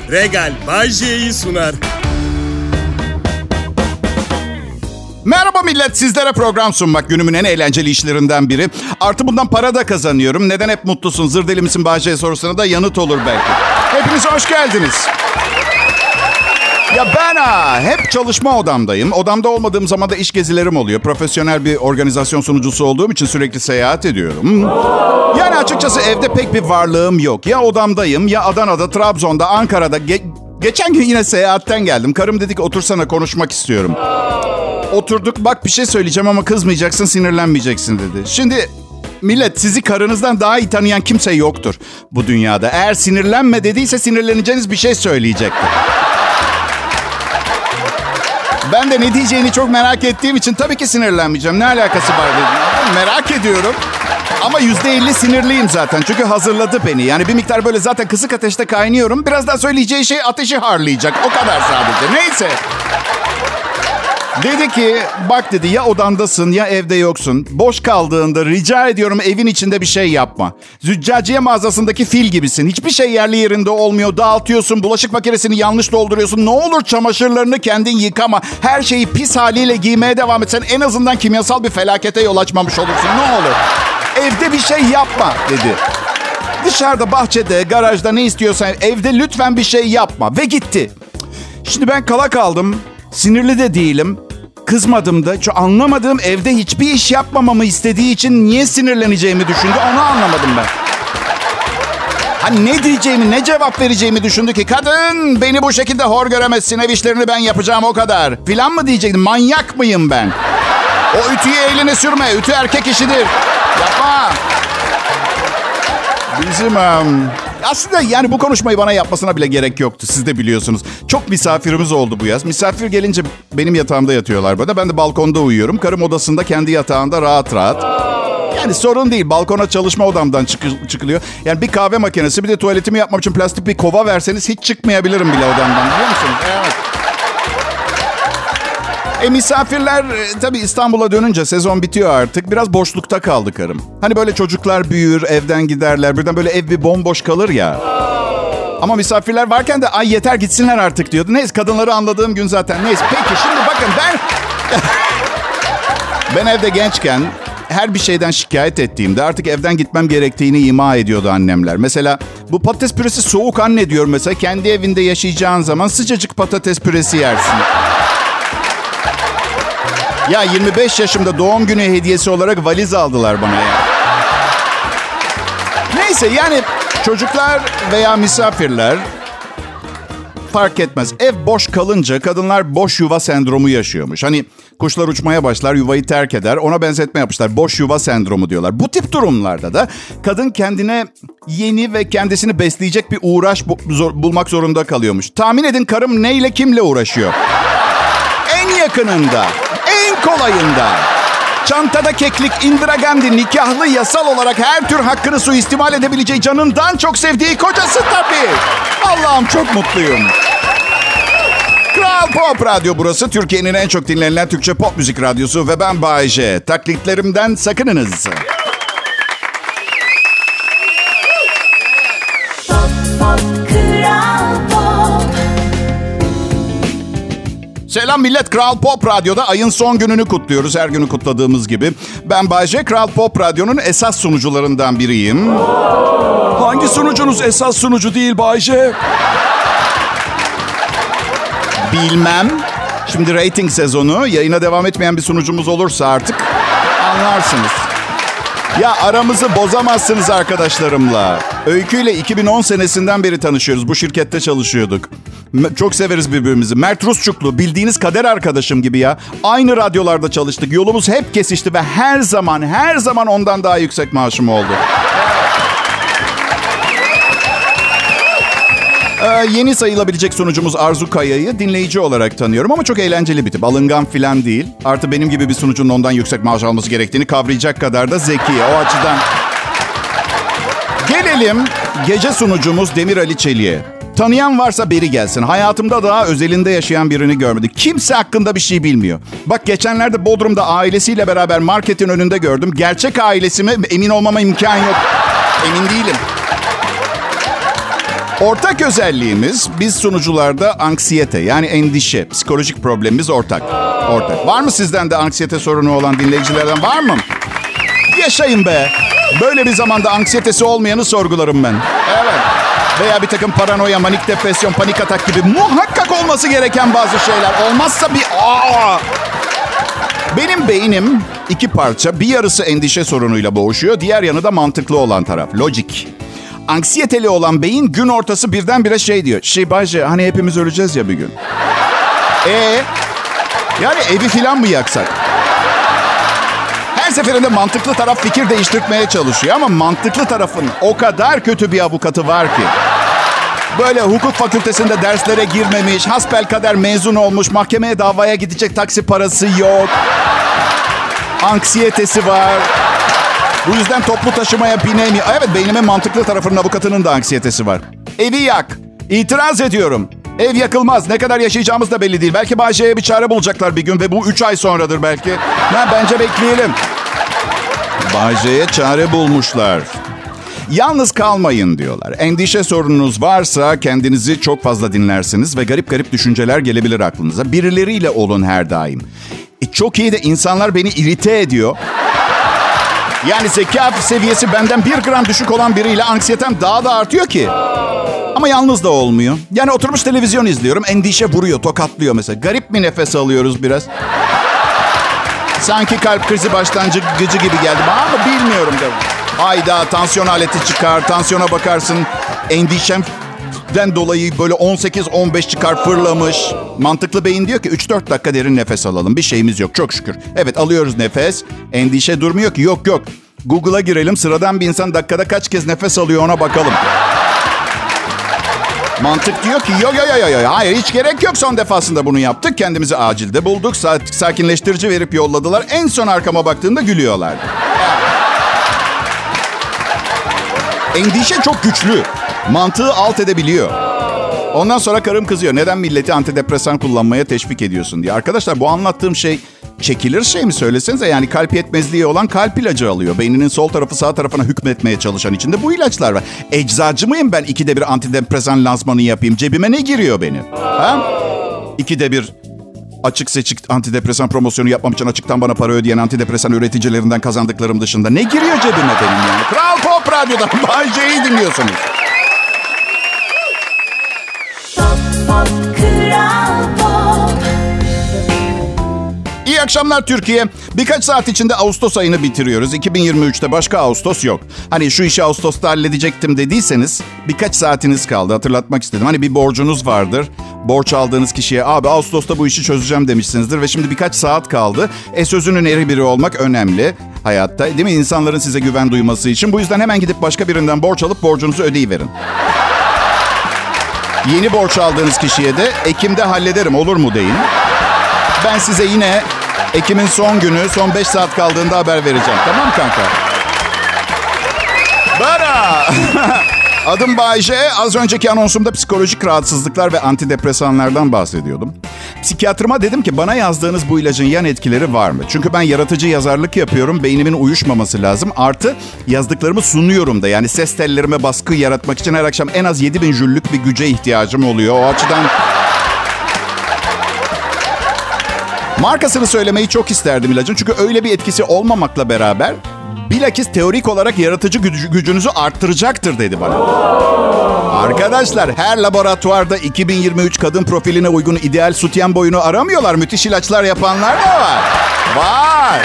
Regal Bajje'yi sunar. Merhaba millet, sizlere program sunmak günümün en eğlenceli işlerinden biri. Artı bundan para da kazanıyorum. Neden hep mutlusun, zır deli misin Bahçe sorusuna da yanıt olur belki. Hepiniz hoş geldiniz. Ya ben hep çalışma odamdayım. Odamda olmadığım zaman da iş gezilerim oluyor. Profesyonel bir organizasyon sunucusu olduğum için sürekli seyahat ediyorum. Yani açıkçası evde pek bir varlığım yok. Ya odamdayım, ya Adana'da, Trabzon'da, Ankara'da. Geçen gün yine seyahatten geldim. Karım dedi ki otursana, konuşmak istiyorum. Oturduk, bak bir şey söyleyeceğim ama kızmayacaksın, sinirlenmeyeceksin dedi. Şimdi millet, sizi karınızdan daha iyi tanıyan kimse yoktur bu dünyada. Eğer sinirlenme dediyse sinirleneceğiniz bir şey söyleyecektir. Ben de ne diyeceğini çok merak ettiğim için tabii ki sinirlenmeyeceğim. Ne alakası var dedim. Merak ediyorum. Ama %50 sinirliyim zaten. Çünkü hazırladı beni. Yani bir miktar böyle zaten kısık ateşte kaynıyorum. Biraz daha söyleyeceği şey ateşi harlayacak. O kadar sadece. Neyse. Dedi ki bak dedi, ya odandasın ya evde yoksun. Boş kaldığında rica ediyorum evin içinde bir şey yapma. Züccaciye mağazasındaki fil gibisin. Hiçbir şey yerli yerinde olmuyor. Dağıtıyorsun, bulaşık makinesini yanlış dolduruyorsun. Ne olur çamaşırlarını kendin yıkama. Her şeyi pis haliyle giymeye devam etsen en azından kimyasal bir felakete yol açmamış olursun. Ne olur. Evde bir şey yapma dedi. Dışarıda, bahçede, garajda ne istiyorsan evde lütfen bir şey yapma. Ve gitti. Şimdi ben kala kaldım. Sinirli de değilim. Kızmadım da. Çünkü anlamadığım, evde hiçbir iş yapmamamı istediği için niye sinirleneceğimi düşündü. Onu anlamadım ben. Hani ne diyeceğimi, ne cevap vereceğimi düşündü ki. Kadın, beni bu şekilde hor göremezsin. Ev işlerini ben yapacağım, o kadar. Filan mı diyecektim? Manyak mıyım ben? O ütüyü eline sürme. Ütü erkek işidir. Yapma. Bizim... Aslında yani bu konuşmayı bana yapmasına bile gerek yoktu. Siz de biliyorsunuz. Çok misafirimiz oldu bu yaz. Misafir gelince benim yatağımda yatıyorlar böyle. Ben de balkonda uyuyorum. Karım odasında kendi yatağında rahat rahat. Yani sorun değil. Balkona çalışma odamdan çıkılıyor. Yani bir kahve makinesi, bir de tuvaletimi yapmam için plastik bir kova verseniz hiç çıkmayabilirim bile odamdan. Biliyor musunuz? Evet. Misafirler tabii İstanbul'a dönünce sezon bitiyor artık. Biraz boşlukta kaldı karım. Hani böyle çocuklar büyür, evden giderler. Birden böyle ev bir bomboş kalır ya. Ama misafirler varken de ay yeter gitsinler artık diyordu. Neyse, kadınları anladığım gün zaten. Neyse, peki şimdi bakın ben evde gençken her bir şeyden şikayet ettiğimde artık evden gitmem gerektiğini ima ediyordu annemler. Mesela bu patates püresi soğuk anne diyor mesela. Kendi evinde yaşayacağın zaman sıcacık patates püresi yersin. Ya 25 yaşımda doğum günü hediyesi olarak valiz aldılar bana ya. Neyse yani çocuklar veya misafirler fark etmez. Ev boş kalınca kadınlar boş yuva sendromu yaşıyormuş. Hani kuşlar uçmaya başlar, yuvayı terk eder. Ona benzetme yapmışlar. Boş yuva sendromu diyorlar. Bu tip durumlarda da kadın kendine yeni ve kendisini besleyecek bir uğraş bulmak zorunda kalıyormuş. Tahmin edin karım neyle, kimle uğraşıyor? En yakınında, en kolayında. Çantada keklik, Indira Gandhi, nikahlı, yasal olarak her tür hakkını suistimal edebileceği, canından çok sevdiği kocası tabii. Allah'ım çok mutluyum. Kral Pop Radyo burası. Türkiye'nin en çok dinlenilen Türkçe pop müzik radyosu ve ben Bay J. Taklitlerimden sakınınız. Selam millet, Kral Pop Radyo'da ayın son gününü kutluyoruz. Her günü kutladığımız gibi. Ben Bay J, Kral Pop Radyo'nun esas sunucularından biriyim. Hangi sunucunuz esas sunucu değil Bay J? Bilmem. Şimdi rating sezonu, yayına devam etmeyen bir sunucumuz olursa artık anlarsınız. Ya aramızı bozamazsınız arkadaşlarımla. Öykü ile 2010 senesinden beri tanışıyoruz. Bu şirkette çalışıyorduk. Çok severiz birbirimizi. Mert Rusçuklu, bildiğiniz kader arkadaşım gibi ya. Aynı radyolarda çalıştık. Yolumuz hep kesişti ve her zaman ondan daha yüksek maaşım oldu. Yeni sayılabilecek sunucumuz Arzu Kaya'yı dinleyici olarak tanıyorum ama çok eğlenceli bir tip. Alıngan filan değil. Artı benim gibi bir sunucunun ondan yüksek maaş alması gerektiğini kavrayacak kadar da zeki. O açıdan... Gelelim gece sunucumuz Demir Ali Çelik'e. Tanıyan varsa beri gelsin. Hayatımda daha özelinde yaşayan birini görmedim. Kimse hakkında bir şey bilmiyor. Bak geçenlerde Bodrum'da ailesiyle beraber marketin önünde gördüm. Gerçek ailesi mi? Emin olmama imkan yok. Emin değilim. Ortak özelliğimiz biz sunucularda anksiyete yani endişe, psikolojik problemimiz ortak. Var mı sizden de anksiyete sorunu olan dinleyicilerden var mı? Yaşayın be. Böyle bir zamanda anksiyetesi olmayanı sorgularım ben. Evet. Veya bir takım paranoya, manik depresyon, panik atak gibi muhakkak olması gereken bazı şeyler. Olmazsa bir... Benim beynim iki parça. Bir yarısı endişe sorunuyla boğuşuyor. Diğer yanı da mantıklı olan taraf. Lojik. Anksiyeteli olan beyin gün ortası birdenbire şey diyor. Bayce hani hepimiz öleceğiz ya bir gün. Yani evi filan mı yaksak? Her seferinde mantıklı taraf fikir değiştirmeye çalışıyor. Ama mantıklı tarafın o kadar kötü bir avukatı var ki. Böyle hukuk fakültesinde derslere girmemiş, hasbelkader mezun olmuş, mahkemeye davaya gidecek taksi parası yok. Anksiyetesi var. Bu yüzden toplu taşımaya binemiyor. Evet, beynimin mantıklı tarafının avukatının da anksiyetesi var. Evi yak. İtiraz ediyorum. Ev yakılmaz. Ne kadar yaşayacağımız da belli değil. Belki Bahçe'ye bir çare bulacaklar bir gün ve bu 3 ay sonradır belki. Bence bekleyelim. Bahçe'ye çare bulmuşlar. Yalnız kalmayın diyorlar. Endişe sorununuz varsa kendinizi çok fazla dinlersiniz ve garip garip düşünceler gelebilir aklınıza. Birileriyle olun her daim. Çok iyi de insanlar beni irite ediyor. Yani zeka seviyesi benden 1 gram düşük olan biriyle anksiyetem daha da artıyor ki. Ama yalnız da olmuyor. Yani oturmuş televizyon izliyorum. Endişe vuruyor, tokatlıyor mesela. Garip mi nefes alıyoruz biraz? Sanki kalp krizi başlangıcı gibi geldi bana ama bilmiyorum da. Hayda, tansiyon aleti çıkar, tansiyona bakarsın. Endişemden dolayı böyle 18-15 çıkar, fırlamış. Mantıklı beyin diyor ki 3-4 dakika derin nefes alalım. Bir şeyimiz yok çok şükür. Evet, alıyoruz nefes. Endişe durmuyor ki, yok. Google'a girelim, sıradan bir insan dakikada kaç kez nefes alıyor ona bakalım. Mantık diyor ki yok. Hayır, hiç gerek yok, son defasında bunu yaptık. Kendimizi acilde bulduk. Sakinleştirici verip yolladılar. En son arkama baktığımda gülüyorlardı. Endişe çok güçlü. Mantığı alt edebiliyor. Ondan sonra karım kızıyor. Neden milleti antidepresan kullanmaya teşvik ediyorsun diye. Arkadaşlar, bu anlattığım şey çekilir şey mi söylesenize? Yani kalp yetmezliği olan kalp ilacı alıyor. Beyninin sol tarafı sağ tarafına hükmetmeye çalışan içinde bu ilaçlar var. Eczacı mıyım ben 2'de 1 antidepresan lansmanı yapayım? Cebime ne giriyor benim? 2'de 1 açık seçik antidepresan promosyonu yapmam için açıktan bana para ödeyen antidepresan üreticilerinden kazandıklarım dışında ne giriyor cebime benim yani? Kral Pop Radyo'dan Bay J'yi dinliyorsunuz. İyi akşamlar Türkiye. Birkaç saat içinde Ağustos ayını bitiriyoruz. 2023'te başka Ağustos yok. Hani şu işi Ağustos'ta halledecektim dediyseniz birkaç saatiniz kaldı. Hatırlatmak istedim. Hani bir borcunuz vardır. Borç aldığınız kişiye abi Ağustos'ta bu işi çözeceğim demişsinizdir. Ve şimdi birkaç saat kaldı. Sözünün eri biri olmak önemli hayatta. Değil mi? İnsanların size güven duyması için. Bu yüzden hemen gidip başka birinden borç alıp borcunuzu ödeyiverin. Yeni borç aldığınız kişiye de Ekim'de hallederim olur mu deyin. Ben size yine Ekim'in son günü, son 5 saat kaldığında haber vereceğim. Tamam kanka? Bara! Adım Bay J. Az önceki anonsumda psikolojik rahatsızlıklar ve antidepresanlardan bahsediyordum. Psikiyatrıma dedim ki bana yazdığınız bu ilacın yan etkileri var mı? Çünkü ben yaratıcı yazarlık yapıyorum. Beynimin uyuşmaması lazım. Artı yazdıklarımı sunuyorum da. Yani ses tellerime baskı yaratmak için her akşam en az 7000 jüllük bir güce ihtiyacım oluyor. O açıdan... Markasını söylemeyi çok isterdim ilacın. Çünkü öyle bir etkisi olmamakla beraber bilakis teorik olarak yaratıcı gücünüzü arttıracaktır dedi bana. Arkadaşlar, her laboratuvarda 2023 kadın profiline uygun ideal sütyen boyunu aramıyorlar. Müthiş ilaçlar yapanlar da var. Var.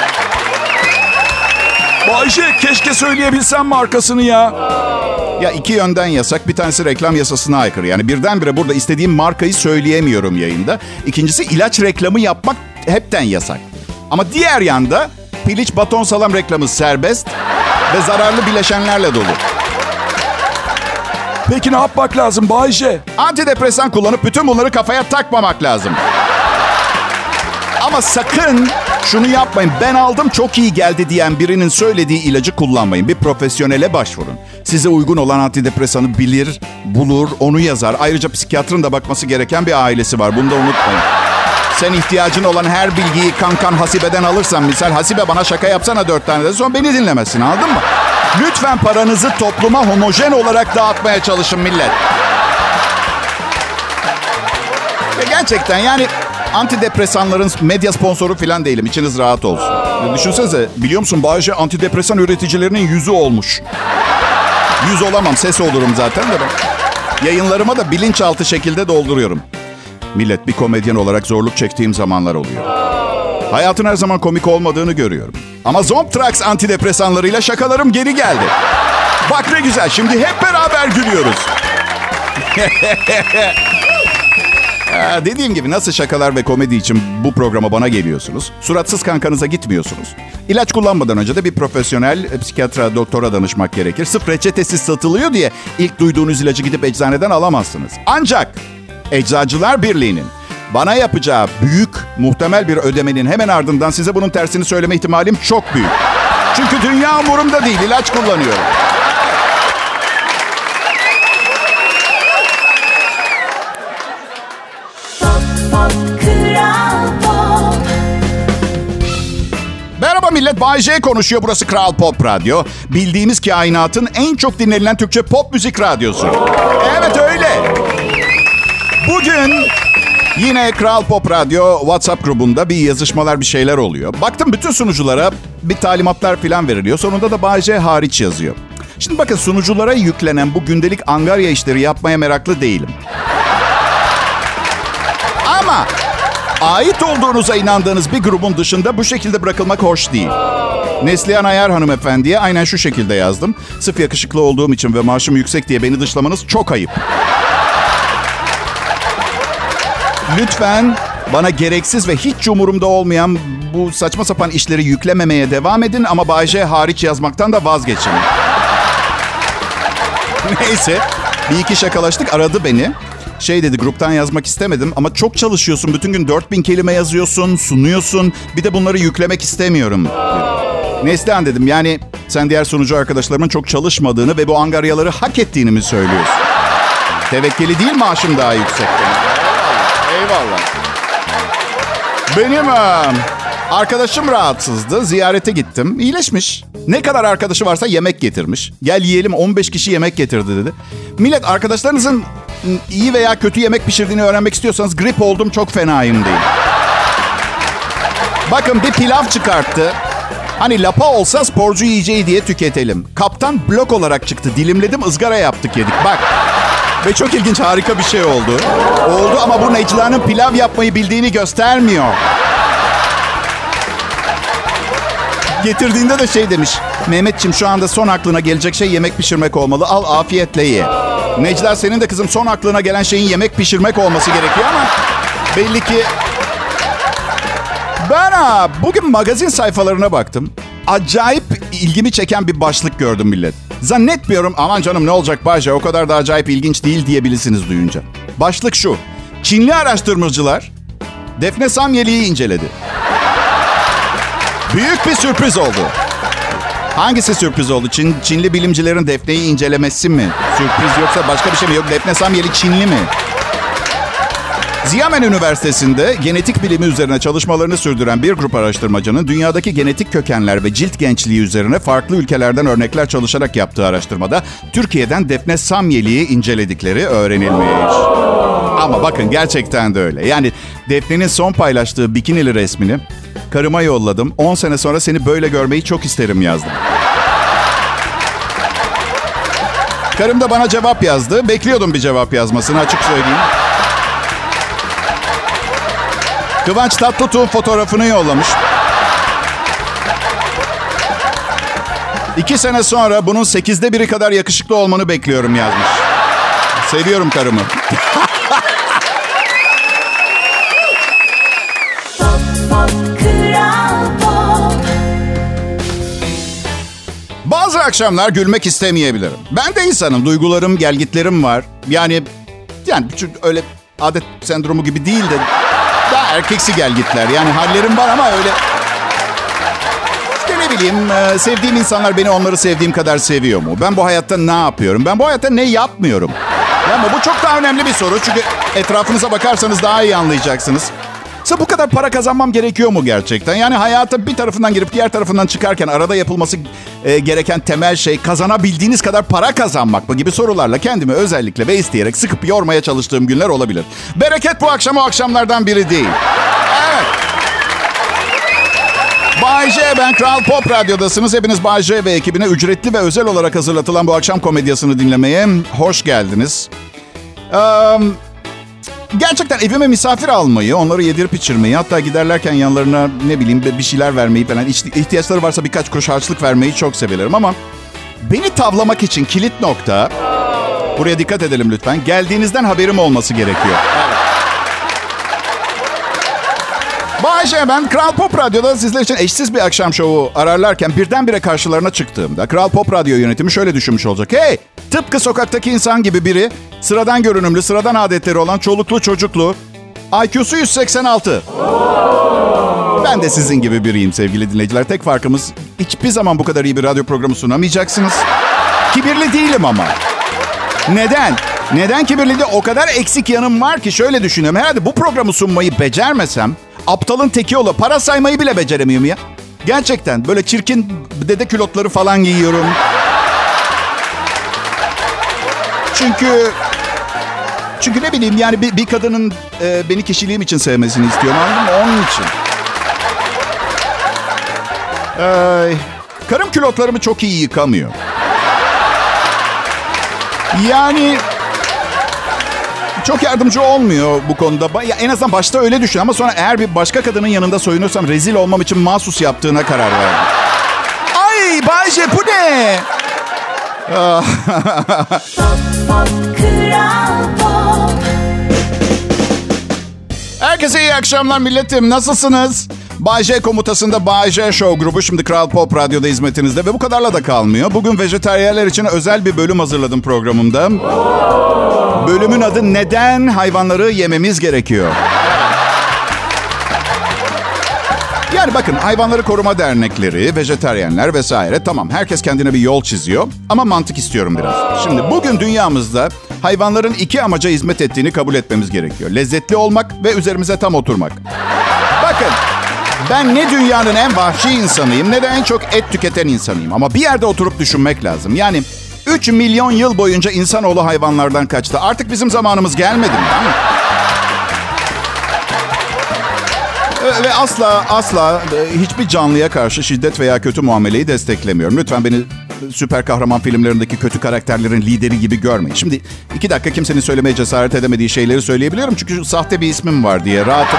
Bayşe, keşke söyleyebilsem markasını ya. Ya 2 yönden yasak. Bir tanesi reklam yasasına aykırı. Yani birdenbire burada istediğim markayı söyleyemiyorum yayında. İkincisi ilaç reklamı yapmak hepten yasak. Ama diğer yanda piliç baton salam reklamı serbest ve zararlı bileşenlerle dolu. Peki ne yapmak lazım Bayşe? Antidepresan kullanıp bütün bunları kafaya takmamak lazım. Ama sakın şunu yapmayın. Ben aldım çok iyi geldi diyen birinin söylediği ilacı kullanmayın. Bir profesyonele başvurun. Size uygun olan antidepresanı bilir, bulur, onu yazar. Ayrıca psikiyatrın da bakması gereken bir ailesi var. Bunu da unutmayın. Sen ihtiyacın olan her bilgiyi kankan Hasibe'den alırsan, misal Hasibe bana şaka yapsana 4 tane de sonra beni dinlemezsin, anladın mı? Lütfen paranızı topluma homojen olarak dağıtmaya çalışın millet. Ve gerçekten yani antidepresanların medya sponsoru falan değilim. İçiniz rahat olsun. Düşünsenize, biliyor musun Bayece antidepresan üreticilerinin 100'ü olmuş. 100 olamam, ses olurum zaten de ben. Yayınlarıma da bilinçaltı şekilde dolduruyorum. Millet, bir komedyen olarak zorluk çektiğim zamanlar oluyor. Hayatın her zaman komik olmadığını görüyorum. Ama Zombtrax antidepresanlarıyla şakalarım geri geldi. Bak ne güzel, şimdi hep beraber gülüyoruz. Dediğim gibi nasıl şakalar ve komedi için bu programa bana geliyorsunuz. Suratsız kankanıza gitmiyorsunuz. İlaç kullanmadan önce de bir profesyonel psikiyatra, doktora danışmak gerekir. Sırf reçetesiz satılıyor diye ilk duyduğunuz ilacı gidip eczaneden alamazsınız. Ancak Eczacılar Birliği'nin bana yapacağı büyük, muhtemel bir ödemenin hemen ardından size bunun tersini söyleme ihtimalim çok büyük. Çünkü dünya umurumda değil, ilaç kullanıyorum. Merhaba millet, Bay J konuşuyor. Burası Kral Pop Radyo. Bildiğimiz kainatın en çok dinlenilen Türkçe pop müzik radyosu. Evet öyle. Bugün yine Kral Pop Radyo WhatsApp grubunda bir yazışmalar, bir şeyler oluyor. Baktım bütün sunuculara bir talimatlar falan veriliyor. Sonunda da Bay J hariç yazıyor. Şimdi bakın, sunuculara yüklenen bu gündelik angarya işleri yapmaya meraklı değilim. Ama ait olduğunuza inandığınız bir grubun dışında bu şekilde bırakılmak hoş değil. Neslihan Ayar hanımefendiye aynen şu şekilde yazdım. Sırf yakışıklı olduğum için ve maaşım yüksek diye beni dışlamanız çok ayıp. Lütfen bana gereksiz ve hiç umurumda olmayan bu saçma sapan işleri yüklememeye devam edin ama Bay J hariç yazmaktan da vazgeçin. Neyse, bir iki şakalaştık, aradı beni. Şey dedi, gruptan yazmak istemedim ama çok çalışıyorsun. Bütün gün 4000 kelime yazıyorsun, sunuyorsun. Bir de bunları yüklemek istemiyorum. Neslihan dedim, yani sen diğer sunucu arkadaşlarımın çok çalışmadığını ve bu angaryaları hak ettiğini mi söylüyorsun? Tevekkeli değil, maaşım daha yüksek. Eyvallah. Benim arkadaşım rahatsızdı. Ziyarete gittim. İyileşmiş. Ne kadar arkadaşı varsa yemek getirmiş. Gel yiyelim, 15 kişi yemek getirdi dedi. Millet, arkadaşlarınızın iyi veya kötü yemek pişirdiğini öğrenmek istiyorsanız grip oldum, çok fenayım deyin. Bakın, bir pilav çıkarttı. Hani lapa olsa sporcu yiyeceği diye tüketelim. Kaptan blok olarak çıktı. Dilimledim, ızgara yaptık, yedik. Bak. Ve çok ilginç, harika bir şey oldu. Oldu ama bu Necla'nın pilav yapmayı bildiğini göstermiyor. Getirdiğinde de şey demiş. Mehmetciğim, şu anda son aklına gelecek şey yemek pişirmek olmalı. Al, afiyetle ye. Necla, senin de kızım son aklına gelen şeyin yemek pişirmek olması gerekiyor ama belli ki... Ben bugün magazin sayfalarına baktım. Acayip ilgimi çeken bir başlık gördüm millet. Zannetmiyorum, aman canım ne olacak Bayce, o kadar da acayip ilginç değil diyebilirsiniz duyunca. Başlık şu: Çinli araştırmacılar Defne Samyeli'yi inceledi. Büyük bir sürpriz oldu. Hangisi sürpriz oldu? Çinli bilimcilerin Defne'yi incelemesi mi? Sürpriz yoksa başka bir şey mi? Yok, Defne Samyeli Çinli mi? Xiamen Üniversitesi'nde genetik bilimi üzerine çalışmalarını sürdüren bir grup araştırmacının dünyadaki genetik kökenler ve cilt gençliği üzerine farklı ülkelerden örnekler çalışarak yaptığı araştırmada Türkiye'den Defne Samyeli'yi inceledikleri öğrenilmiş. Ama bakın, gerçekten de öyle. Yani Defne'nin son paylaştığı bikinili resmini karıma yolladım. 10 sene sonra seni böyle görmeyi çok isterim yazdım. Karım da bana cevap yazdı. Bekliyordum bir cevap yazmasını, açık söyleyeyim. Kıvanç Tatlıtuğ fotoğrafını yollamış. 2 sene sonra bunun 8'de 1'i kadar yakışıklı olmanı bekliyorum yazmış. Seviyorum karımı. Bazı akşamlar gülmek istemeyebilirim. Ben de insanım. Duygularım, gelgitlerim var. Yani öyle adet sendromu gibi değil de daha erkeksi gelgitler. Yani hallerim var ama öyle... İşte ne bileyim, sevdiğim insanlar beni onları sevdiğim kadar seviyor mu? Ben bu hayatta ne yapıyorum? Ben bu hayatta ne yapmıyorum? Ama bu çok daha önemli bir soru. Çünkü etrafınıza bakarsanız daha iyi anlayacaksınız. Mesela bu kadar para kazanmam gerekiyor mu gerçekten? Yani hayata bir tarafından girip diğer tarafından çıkarken arada yapılması gereken temel şey kazanabildiğiniz kadar para kazanmak mı gibi sorularla kendimi özellikle ve isteyerek sıkıp yormaya çalıştığım günler olabilir. Bereket bu akşam o akşamlardan biri değil. Evet. Bay J, ben Kral Pop Radyo'dasınız. Hepiniz Bay J ve ekibine ücretli ve özel olarak hazırlatılan bu akşam komedyasını dinlemeye hoş geldiniz. Gerçekten evime misafir almayı, onları yedirip içirmeyi, hatta giderlerken yanlarına ne bileyim bir şeyler vermeyi falan, ihtiyaçları varsa birkaç kuruş harçlık vermeyi çok severim ama beni tavlamak için kilit nokta, buraya dikkat edelim lütfen, geldiğinizden haberim olması gerekiyor. Evet. Bay J, ben Kral Pop Radyo'da sizler için eşsiz bir akşam şovu ararlarken birdenbire karşılarına çıktığımda Kral Pop Radyo yönetimi şöyle düşünmüş olacak. Hey, tıpkı sokaktaki insan gibi biri, sıradan görünümlü, sıradan adetleri olan çoluklu çocuklu, IQ'su 186. Ben de sizin gibi biriyim sevgili dinleyiciler. Tek farkımız hiçbir zaman bu kadar iyi bir radyo programı sunamayacaksınız. Kibirli değilim ama. Neden? Neden kibirli değil? O kadar eksik yanım var ki şöyle düşünüyorum. Herhalde bu programı sunmayı becermesem aptalın teki olup para saymayı bile beceremiyorum ya. Gerçekten böyle çirkin dede külotları falan giyiyorum. Çünkü ne bileyim yani bir kadının beni kişiliğim için sevmesini istiyorum, anladın mı? Onun için. Karım külotlarımı çok iyi yıkamıyor. Yani çok yardımcı olmuyor bu konuda. Ya en azından başta öyle düşün ama sonra eğer bir başka kadının yanında soyunursam rezil olmam için mahsus yaptığına karar verdim. Ay Bay J, bu ne? Pop, pop, Kral Pop. Herkese iyi akşamlar milletim. Nasılsınız? Bay J komutasında Bay J Show grubu şimdi Kral Pop Radyo'da hizmetinizde ve bu kadarla da kalmıyor. Bugün vejetaryenler için özel bir bölüm hazırladım programımda. Bölümün adı Neden Hayvanları Yememiz Gerekiyor? Yani bakın, hayvanları koruma dernekleri, vejetaryenler vesaire, tamam, herkes kendine bir yol çiziyor ama mantık istiyorum biraz. Şimdi bugün dünyamızda hayvanların iki amaca hizmet ettiğini kabul etmemiz gerekiyor. Lezzetli olmak ve üzerimize tam oturmak. Bakın, ben ne dünyanın en vahşi insanıyım ne de en çok et tüketen insanıyım. Ama bir yerde oturup düşünmek lazım. Yani 3 milyon yıl boyunca insanoğlu hayvanlardan kaçtı. Artık bizim zamanımız gelmedi mi? Değil mi? Ve asla hiçbir canlıya karşı şiddet veya kötü muameleyi desteklemiyorum. Lütfen beni süper kahraman filmlerindeki kötü karakterlerin lideri gibi görmeyin. Şimdi 2 dakika kimsenin söylemeye cesaret edemediği şeyleri söyleyebilirim. Çünkü sahte bir ismim var diye rahatım.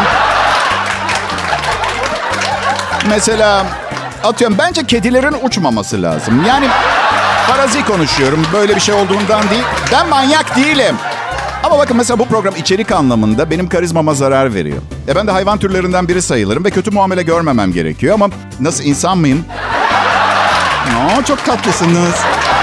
Mesela atıyorum, bence kedilerin uçmaması lazım. Yani farazi konuşuyorum, böyle bir şey olduğundan değil. Ben manyak değilim. Ama bakın mesela bu program içerik anlamında benim karizmama zarar veriyor. Ben de hayvan türlerinden biri sayılırım ve kötü muamele görmemem gerekiyor. Ama nasıl, insan mıyım? Çok tatlısınız.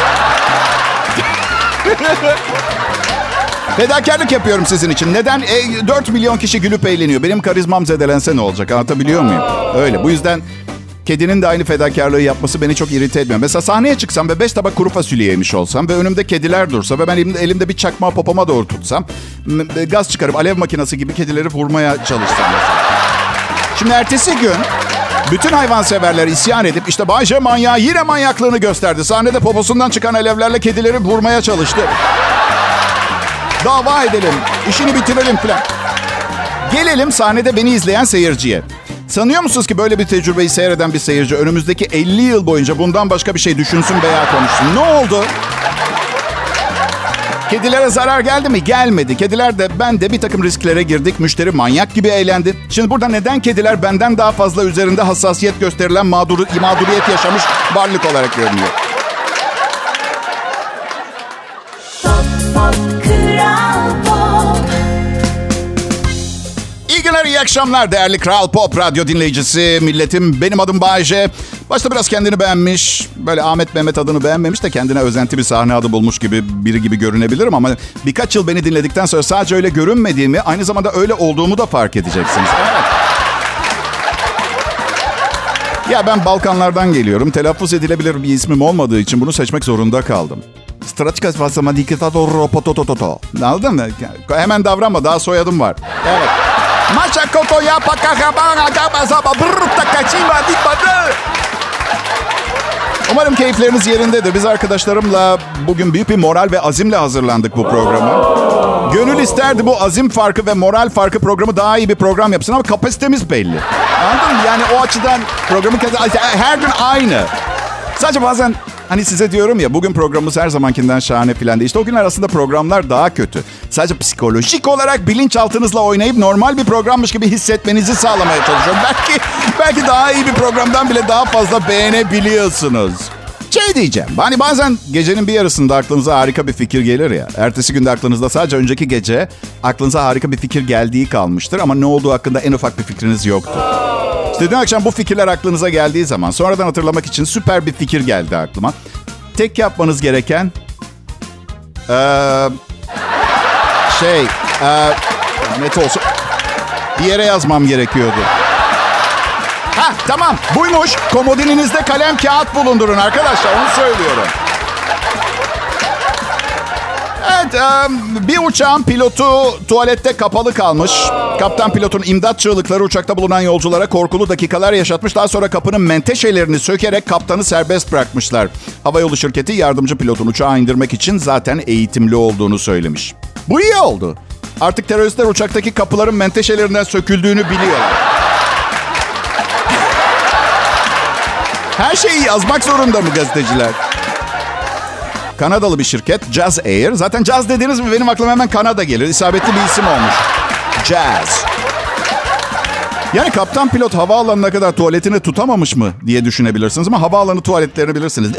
Fedakarlık yapıyorum sizin için. Neden? 4 milyon kişi gülüp eğleniyor. Benim karizmam zedelense ne olacak? Anlatabiliyor muyum? Öyle. Bu yüzden kedinin de aynı fedakarlığı yapması beni çok irite etmiyor. Mesela sahneye çıksam ve 5 tabak kuru fasulye yemiş olsam ve önümde kediler dursa ve ben elimde bir çakmağı popoma doğru tutsam, gaz çıkarıp alev makinesi gibi kedileri vurmaya çalışsam mesela. Şimdi ertesi gün bütün hayvanseverler isyan edip işte Bay J manyağı yine manyaklığını gösterdi. Sahnede poposundan çıkan alevlerle kedileri vurmaya çalıştı. Dava edelim, işini bitirelim falan. Gelelim sahnede beni izleyen seyirciye. Sanıyor musunuz ki böyle bir tecrübeyi seyreden bir seyirci önümüzdeki 50 yıl boyunca bundan başka bir şey düşünsün veya konuşsun? Ne oldu? Kedilere zarar geldi mi? Gelmedi. Kediler de ben de bir takım risklere girdik. Müşteri manyak gibi eğlendi. Şimdi burada neden kediler benden daha fazla üzerinde hassasiyet gösterilen mağduriyet yaşamış varlık olarak görünüyor? Pop, pop, Kral Pop. İyi günler, iyi akşamlar değerli Kral Pop Radyo dinleyicisi milletim. Benim adım Bay J. Başta biraz kendini beğenmiş, böyle Ahmet Mehmet adını beğenmemiş de kendine özenti bir sahne adı bulmuş gibi biri gibi görünebilirim. Ama birkaç yıl beni dinledikten sonra sadece öyle görünmediğimi, aynı zamanda öyle olduğumu da fark edeceksiniz. Evet. Ya ben Balkanlardan geliyorum. Telaffuz edilebilir bir ismim olmadığı için bunu seçmek zorunda kaldım. Strategas vasama diktatör potototo. Anladın mı? Hemen davranma, daha soyadım var. Evet. Maşa koto ya pakakabana kabasaba brutta kaçima dikbadı. Umarım keyifleriniz yerindedir. Biz arkadaşlarımla bugün büyük bir moral ve azimle hazırlandık bu programa. Gönül isterdi bu azim farkı ve moral farkı programı daha iyi bir program yapsın ama kapasitemiz belli. Anladın mı? Yani o açıdan programın her gün aynı. Sadece bazen hani size diyorum ya, bugün programımız her zamankinden şahane falan değil. İşte o gün arasında programlar daha kötü. Sadece psikolojik olarak bilinçaltınızla oynayıp normal bir programmış gibi hissetmenizi sağlamaya çalışıyorum. Belki daha iyi bir programdan bile daha fazla beğenebiliyorsunuz. Şey diyeceğim. Hani bazen gecenin bir yarısında aklınıza harika bir fikir gelir ya. Ertesi günde aklınızda sadece önceki gece aklınıza harika bir fikir geldiği kalmıştır. Ama ne olduğu hakkında en ufak bir fikriniz yoktur. İşte dün akşam bu fikirler aklınıza geldiği zaman sonradan hatırlamak için süper bir fikir geldi aklıma. Tek yapmanız gereken... net olsun. Bir yere yazmam gerekiyordu. Tamam, buymuş. Komodininizde kalem kağıt bulundurun arkadaşlar, onu söylüyorum. Evet, bir uçağın pilotu tuvalette kapalı kalmış. Kaptan pilotun imdat çığlıkları uçakta bulunan yolculara korkulu dakikalar yaşatmış. Daha sonra kapının menteşelerini sökerek kaptanı serbest bırakmışlar. Havayolu şirketi yardımcı pilotun uçağı indirmek için zaten eğitimli olduğunu söylemiş. Bu iyi oldu. Artık teröristler uçaktaki kapıların menteşelerinden söküldüğünü biliyorlar. Her şeyi yazmak zorunda mı gazeteciler? Kanadalı bir şirket, Jazz Air. Zaten Jazz dediniz mi benim aklıma hemen Kanada gelir. İsabetli bir isim olmuş. Jazz. Yani kaptan pilot havaalanına kadar tuvaletini tutamamış mı diye düşünebilirsiniz ama havaalanı tuvaletlerini bilirsiniz.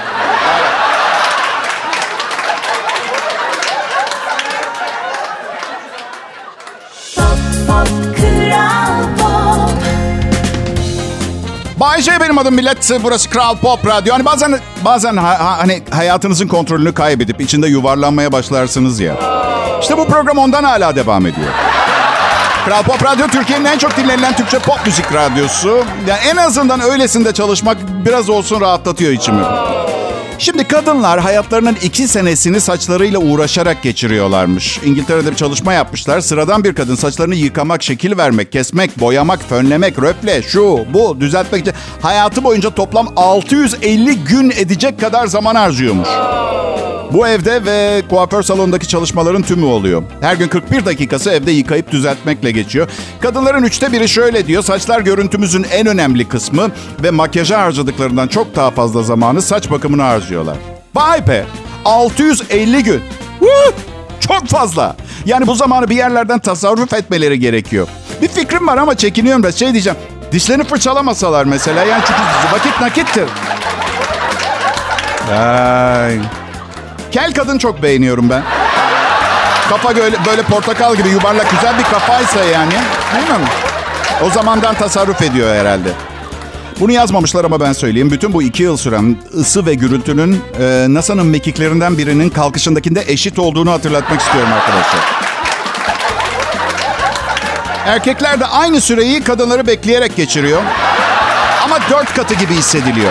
Bay J benim adım millet. Burası Kral Pop Radyo. Hani bazen hani hayatınızın kontrolünü kaybedip içinde yuvarlanmaya başlarsınız ya. İşte bu program ondan hala devam ediyor. Kral Pop Radyo Türkiye'nin en çok dinlenilen Türkçe pop müzik radyosu. Yani en azından öylesinde çalışmak biraz olsun rahatlatıyor içimi. Şimdi kadınlar hayatlarının 2 senesini saçlarıyla uğraşarak geçiriyorlarmış. İngiltere'de bir çalışma yapmışlar. Sıradan bir kadın saçlarını yıkamak, şekil vermek, kesmek, boyamak, fönlemek, röple, şu, bu, düzeltmek için hayatı boyunca toplam 650 gün edecek kadar zaman harcıyormuş. Bu evde ve kuaför salonundaki çalışmaların tümü oluyor. Her gün 41 dakikası evde yıkayıp düzeltmekle geçiyor. Kadınların 1/3'ü şöyle diyor: saçlar görüntümüzün en önemli kısmı ve makyaja harcadıklarından çok daha fazla zamanı saç bakımına harcıyorlar. Vay be! 650 gün. Çok fazla. Yani bu zamanı bir yerlerden tasarruf etmeleri gerekiyor. Bir fikrim var ama çekiniyorum da diyeceğim. Dişlerini fırçalamasalar mesela. Yani çünkü vakit nakittir. Ay... Kel kadın çok beğeniyorum ben. Kafa böyle portakal gibi yuvarlak güzel bir kafaysa yani. Değil mi? O zamandan tasarruf ediyor herhalde. Bunu yazmamışlar ama ben söyleyeyim. Bütün bu 2 yıl süren ısı ve gürültünün NASA'nın mekiklerinden birinin kalkışındakinde eşit olduğunu hatırlatmak istiyorum arkadaşlar. Erkekler de aynı süreyi kadınları bekleyerek geçiriyor. Ama 4 katı gibi hissediliyor.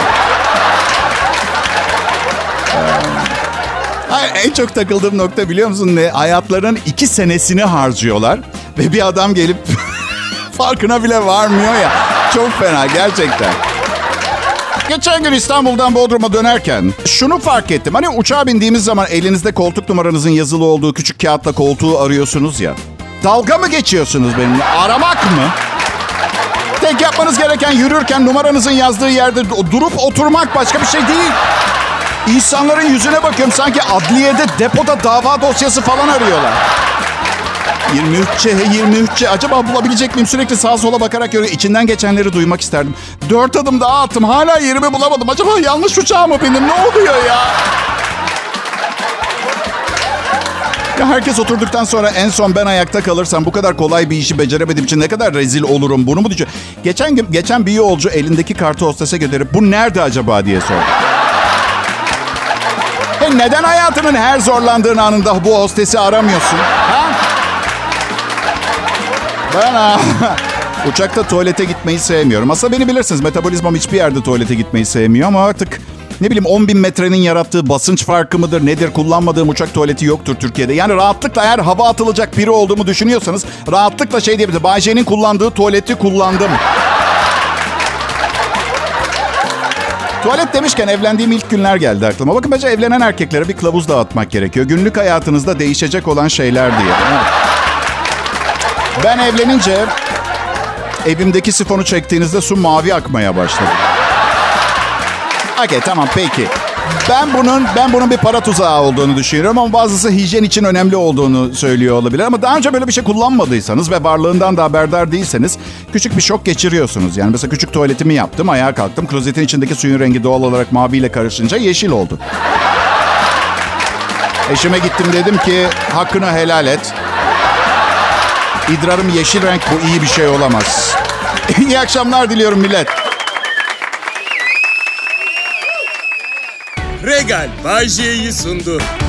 En çok takıldığım nokta biliyor musun ne? Hayatlarının 2 senesini harcıyorlar. Ve bir adam gelip farkına bile varmıyor ya. Çok fena gerçekten. Geçen gün İstanbul'dan Bodrum'a dönerken şunu fark ettim. Hani uçağa bindiğimiz zaman elinizde koltuk numaranızın yazılı olduğu küçük kağıtla koltuğu arıyorsunuz ya. Dalga mı geçiyorsunuz benimle? Aramak mı? Tek yapmanız gereken yürürken numaranızın yazdığı yerde durup oturmak, başka bir şey değil. İnsanların yüzüne bakıyorum sanki adliyede depoda dava dosyası falan arıyorlar. 23C acaba bulabilecek miyim? Sürekli sağa sola bakarak görüyor. İçinden geçenleri duymak isterdim. 4 adım daha attım. Hala yerimi bulamadım. Acaba yanlış uçağa mı bindim? Ne oluyor ya? Ya herkes oturduktan sonra en son ben ayakta kalırsam bu kadar kolay bir işi beceremediğim için ne kadar rezil olurum, bunu mu düşünüyor? Geçen bir yolcu elindeki kartı hostese gönderip bu nerede acaba diye sordu. Neden hayatının her zorlandığın anında bu hostesi aramıyorsun? Ha? Ben uçakta tuvalete gitmeyi sevmiyorum. Aslında beni bilirsiniz, metabolizmam hiçbir yerde tuvalete gitmeyi sevmiyor ama artık ne bileyim 10.000 metrenin yarattığı basınç farkı mıdır nedir, kullanmadığım uçak tuvaleti yoktur Türkiye'de. Yani rahatlıkla eğer hava atılacak biri olduğumu düşünüyorsanız rahatlıkla diyebilirim. Bay J'nin kullandığı tuvaleti kullandım. Tuvalet demişken evlendiğim ilk günler geldi aklıma. Bakın bence evlenen erkeklere bir kılavuz dağıtmak gerekiyor. Günlük hayatınızda değişecek olan şeyler diye. Ben evlenince evimdeki sifonu çektiğinizde su mavi akmaya başladı. Okey, tamam, peki. Ben bunun bir para tuzağı olduğunu düşünüyorum ama bazısı hijyen için önemli olduğunu söylüyor olabilir. Ama daha önce böyle bir şey kullanmadıysanız ve varlığından da haberdar değilseniz küçük bir şok geçiriyorsunuz. Yani mesela küçük tuvaletimi yaptım, ayağa kalktım. Klozetin içindeki suyun rengi doğal olarak maviyle karışınca yeşil oldu. Eşime gittim, dedim ki hakkını helal et. İdrarım yeşil renk, bu iyi bir şey olamaz. İyi akşamlar diliyorum millet. Regal Bay J'yi sundu.